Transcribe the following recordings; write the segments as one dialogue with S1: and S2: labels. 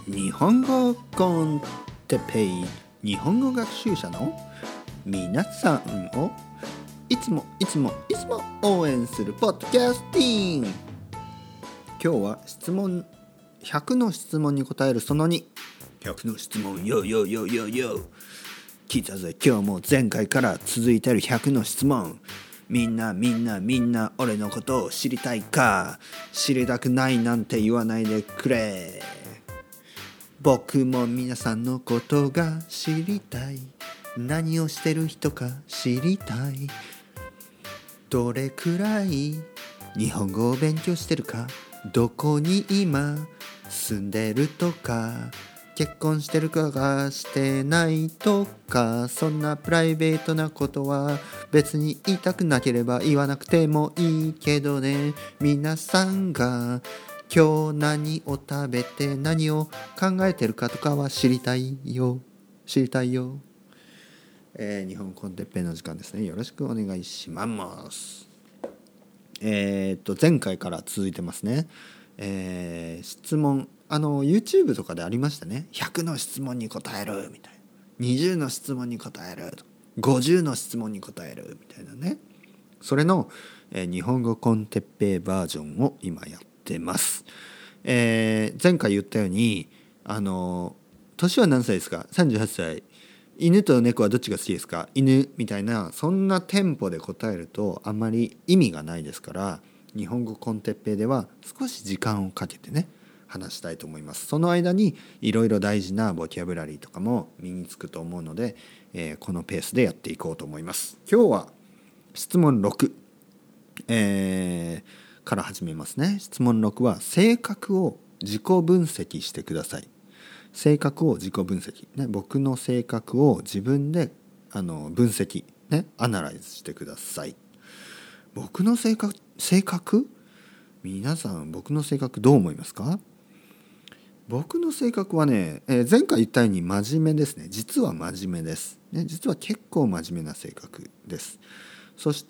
S1: 日本語コンテペイ、日本語学習者の皆さんをいつも応援するポッドキャスティング。今日は100の質問に答えるその2。100の質問よ聞いたぜ。今日も前回から続いてる100の質問。みんな俺のことを知りたいか？知りたくないなんて言わないでくれ。僕も皆さんのことが知りたい。何をしてる人か知りたい。どれくらい日本語を勉強してるか、どこに今住んでるとか、結婚してるかしてないとか、そんなプライベートなことは別に言いたくなければ言わなくてもいいけどね。皆さんが今日何を食べて何を考えてるかとかは知りたいよ。日本コンテッペイの時間ですね。よろしくお願いします。前回から続いてますね。質問YouTube とかでありましたね。100の質問に答えるみたいな、20の質問に答える、50の質問に答えるみたいなね。それの、日本語コンテッペイバージョンを今やってます。前回言ったように年は何歳ですか？38歳。犬と猫はどっちが好きですか？犬みたいな、そんなテンポで答えるとあんまり意味がないですから、日本語コンテッペイでは少し時間をかけてね話したいと思います。その間にいろいろ大事なボキャブラリーとかも身につくと思うので、このペースでやっていこうと思います。今日は質問6、から始めますね。質問6は性格を自己分析してください。性格を自己分析、ね、僕の性格を自分で分析、ね、アナライズしてください。僕の性格皆さん僕の性格どう思いますか？僕の性格はね、前回言ったように真面目ですね。実は真面目です、ね、実は結構真面目な性格です。そして、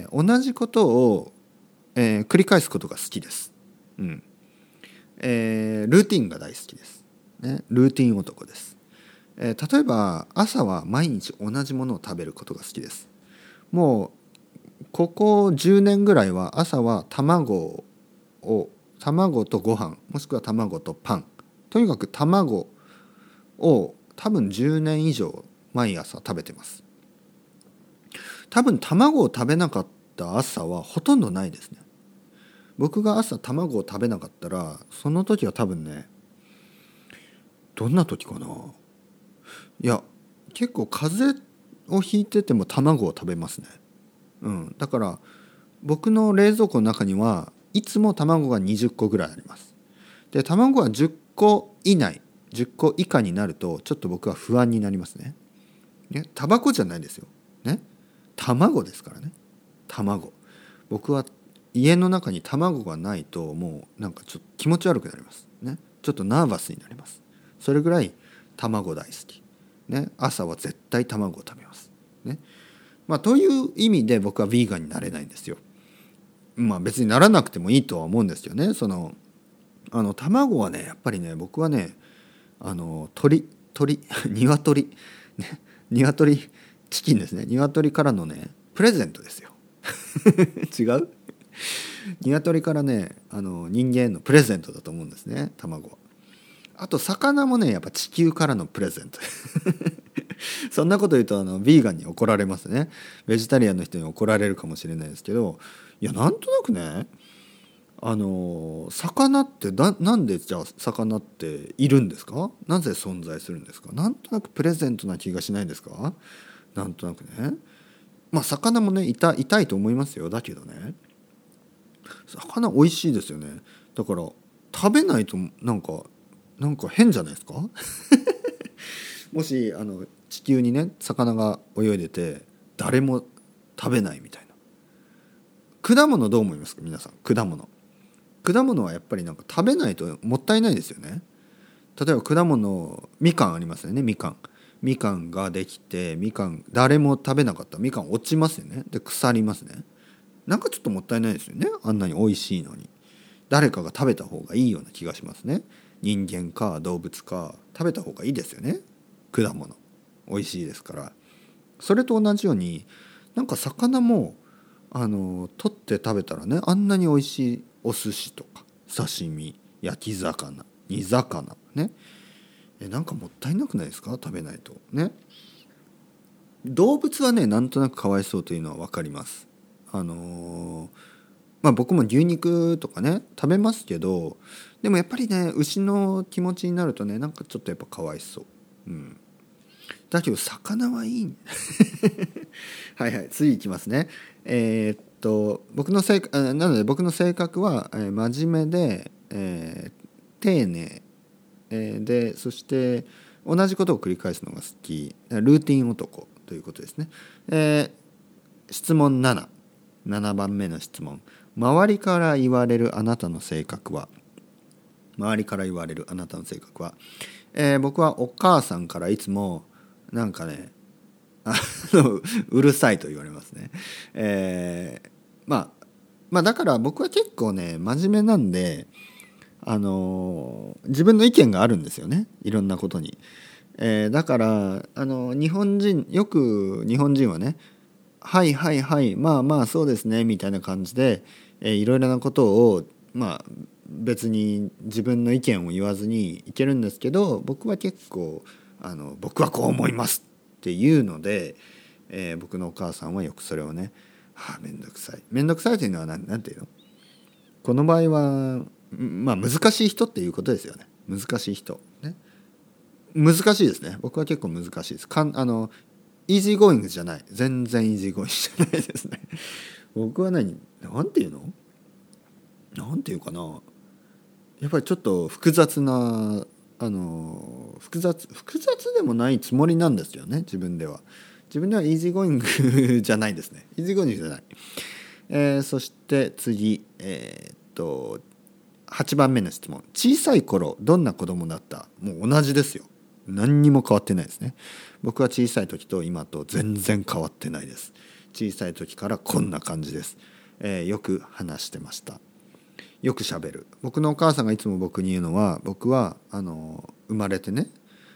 S1: 同じことを、繰り返すことが好きです、ルーティンが大好きです、ね、ルーティン男です。例えば朝は毎日同じものを食べることが好きです。もうここ10年ぐらいは朝は卵とご飯、もしくは卵とパン、とにかく卵を多分10年以上毎朝食べてます。多分卵を食べなかった朝はほとんどないですね。僕が朝卵を食べなかったら、その時は多分ね、どんな時かな。いや、結構風邪をひいてても卵を食べますね。だから僕の冷蔵庫の中にはいつも卵が20個ぐらいあります。で、卵が10個以内、10個以下になるとちょっと僕は不安になりますね。タバコじゃないですよ。ね。卵ですからね。卵。僕は家の中に卵がないともうなんかちょっと気持ち悪くなります。ね。ちょっとナーバスになります。それぐらい卵大好き。ね。朝は絶対卵を食べます。ね。という意味で僕はヴィーガンになれないんですよ。別にならなくてもいいとは思うんですよね。卵はね、やっぱりね、僕はね、鶏ね、鶏チキンですね。鶏からのねプレゼントですよ。違う？鶏からね、人間へのプレゼントだと思うんですね、卵は。あと魚もね、やっぱ地球からのプレゼント。そんなこと言うとヴィーガンに怒られますね。ベジタリアンの人に怒られるかもしれないですけど、いや、なんとなくね、魚ってなんでじゃあ魚っているんですか？なぜ存在するんですか？なんとなくプレゼントな気がしないですか？なんとなくね。魚もね痛いと思いますよ。だけどね、魚美味しいですよね。だから食べないとなんか変じゃないですか？もし地球にね魚が泳いでて誰も食べないみたいな。果物どう思いますか皆さん？果物はやっぱりなんか食べないともったいないですよね。例えば果物、みかんありますよね。みかんができて、誰も食べなかったみかん落ちますよね。で腐りますね。なんかちょっともったいないですよね。あんなに美味しいのに誰かが食べた方がいいような気がしますね。 人間か動物か食べた方がいいですよね。果物美味しいですから。それと同じようになんか魚も取って食べたらね、あんなに美味しいお寿司とか刺身、焼き魚、煮魚ね、なんかもったいなくないですか、食べないとね。動物はねなんとなくかわいそうというのは分かります。僕も牛肉とかね食べますけど、でもやっぱりね牛の気持ちになるとねなんかちょっとやっぱかわいそう、だけど魚はいいはいはい、次いきますね。僕の性格なので僕の性格は、真面目で、丁寧、でそして同じことを繰り返すのが好き、ルーティン男ということですね。質問7番目の質問。周りから言われるあなたの性格は、僕はお母さんからいつもなんかねうるさいと言われますね。だから僕は結構ね真面目なんで、自分の意見があるんですよね、いろんなことに。だから日本人はね、はいはいはいまあまあそうですねみたいな感じで、いろいろなことを別に自分の意見を言わずにいけるんですけど、僕は結構僕はこう思いますっていうので、僕のお母さんはよくそれをね、めんどくさいというのはなんていうの、この場合は難しい人っていうことですよね。難しい人ね、難しいですね。僕は結構難しいです。イージーゴーイングじゃない、全然イージーゴーイングじゃないですね。僕はなんていうの、なんていうかな、やっぱりちょっと複雑でもないつもりなんですよね。自分ではイージーゴーイングじゃないですね。イージーゴーイングじゃない。そして次、8番目の質問。小さい頃どんな子供だった？もう同じですよ。何にも変わってないですね。僕は小さい時と今と全然変わってないです。小さい時からこんな感じです。よく話してました。よく喋る。僕のお母さんがいつも僕に言うのは、僕は生まれてね、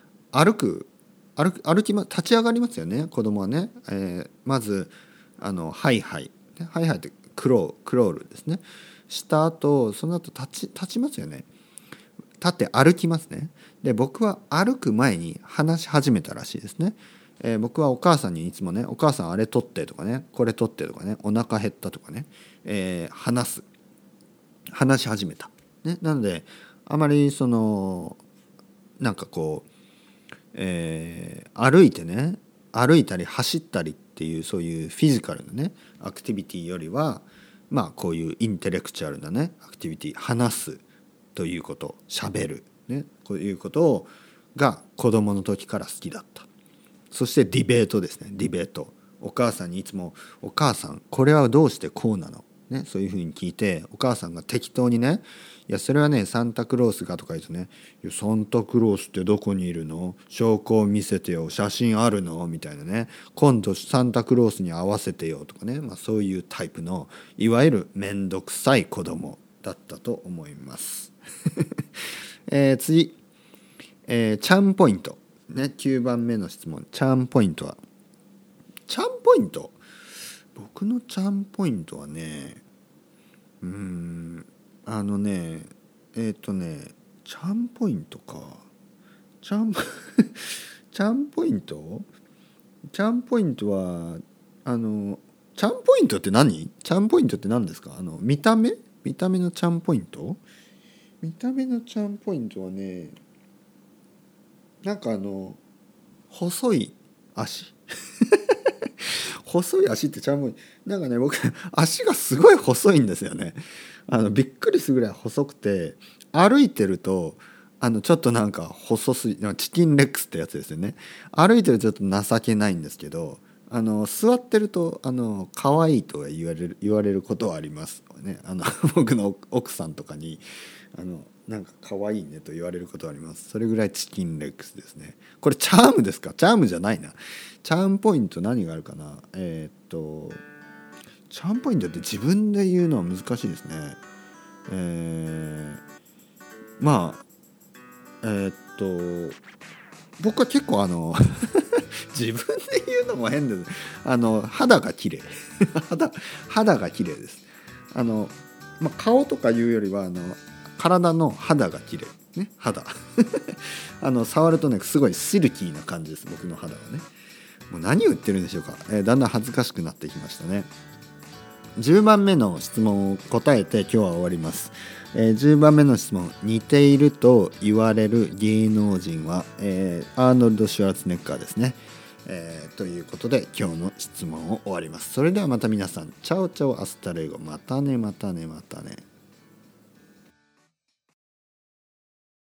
S1: 立ち上がりますよね、子供はね。まずハイハイハイハイってクロールですね。した後その後立ちますよね。立って歩きますね。で僕は歩く前に話し始めたらしいですね。僕はお母さんにいつもね、お母さんあれ取ってとかね、これ取ってとかね、お腹減ったとかね、話し始めた、ね、なのであまりなんかこう、歩いたり走ったりっていうそういうフィジカルなねアクティビティよりは、こういうインテレクチュアルなねアクティビティ、話すということ、喋る、ね、こういうことが子供の時から好きだった。そしてディベートですね。ディベート、お母さんにいつもお母さんこれはどうしてこうなの、ね、そういうふうに聞いて、お母さんが適当にね、いやそれはねサンタクロースがとか言うとね、いやサンタクロースってどこにいるの、証拠を見せてよ、写真あるのみたいなね、今度サンタクロースに合わせてよとかね、そういうタイプのいわゆるめんどくさい子供だったと思います。次、チャームポイント、ね、9番目の質問。チャームポイントは、僕のチャームポイントはね、チャームポイントか。チャームチャームポイントチャームポイントはチャームポイントって何？チャームポイントって何ですか？見た目のチャームポイント？見た目のチャームポイントはね、なんか細い足細い足ってチャームポイント、なんかね僕足がすごい細いんですよね。びっくりするぐらい細くて、歩いてるとちょっとなんか細すぎ、チキンレッグスってやつですよね。歩いてるとちょっと情けないんですけど、座ってると可愛いと言われることはありますね。僕の奥さんとかになんか可愛いねと言われることはあります。それぐらいチキンレッグスですね。これチャームですか？チャームじゃないな。チャームポイント何があるかな。チャームポイントって自分で言うのは難しいですね。まあ僕は結構自分で言うのも変です。肌が綺麗肌が綺麗です。顔とかいうよりは体の肌が綺麗ね。肌触るとねすごいシルキーな感じです。僕の肌はね。もう何を言ってるんでしょうか。だんだん恥ずかしくなってきましたね。10番目の質問を答えて今日は終わります。10番目の質問、似ていると言われる芸能人は、アーノルド・シュワルツェネッガーですね。ということで今日の質問を終わります。それではまた皆さん、チャオチャオアスタレゴ、またねまたねまたね。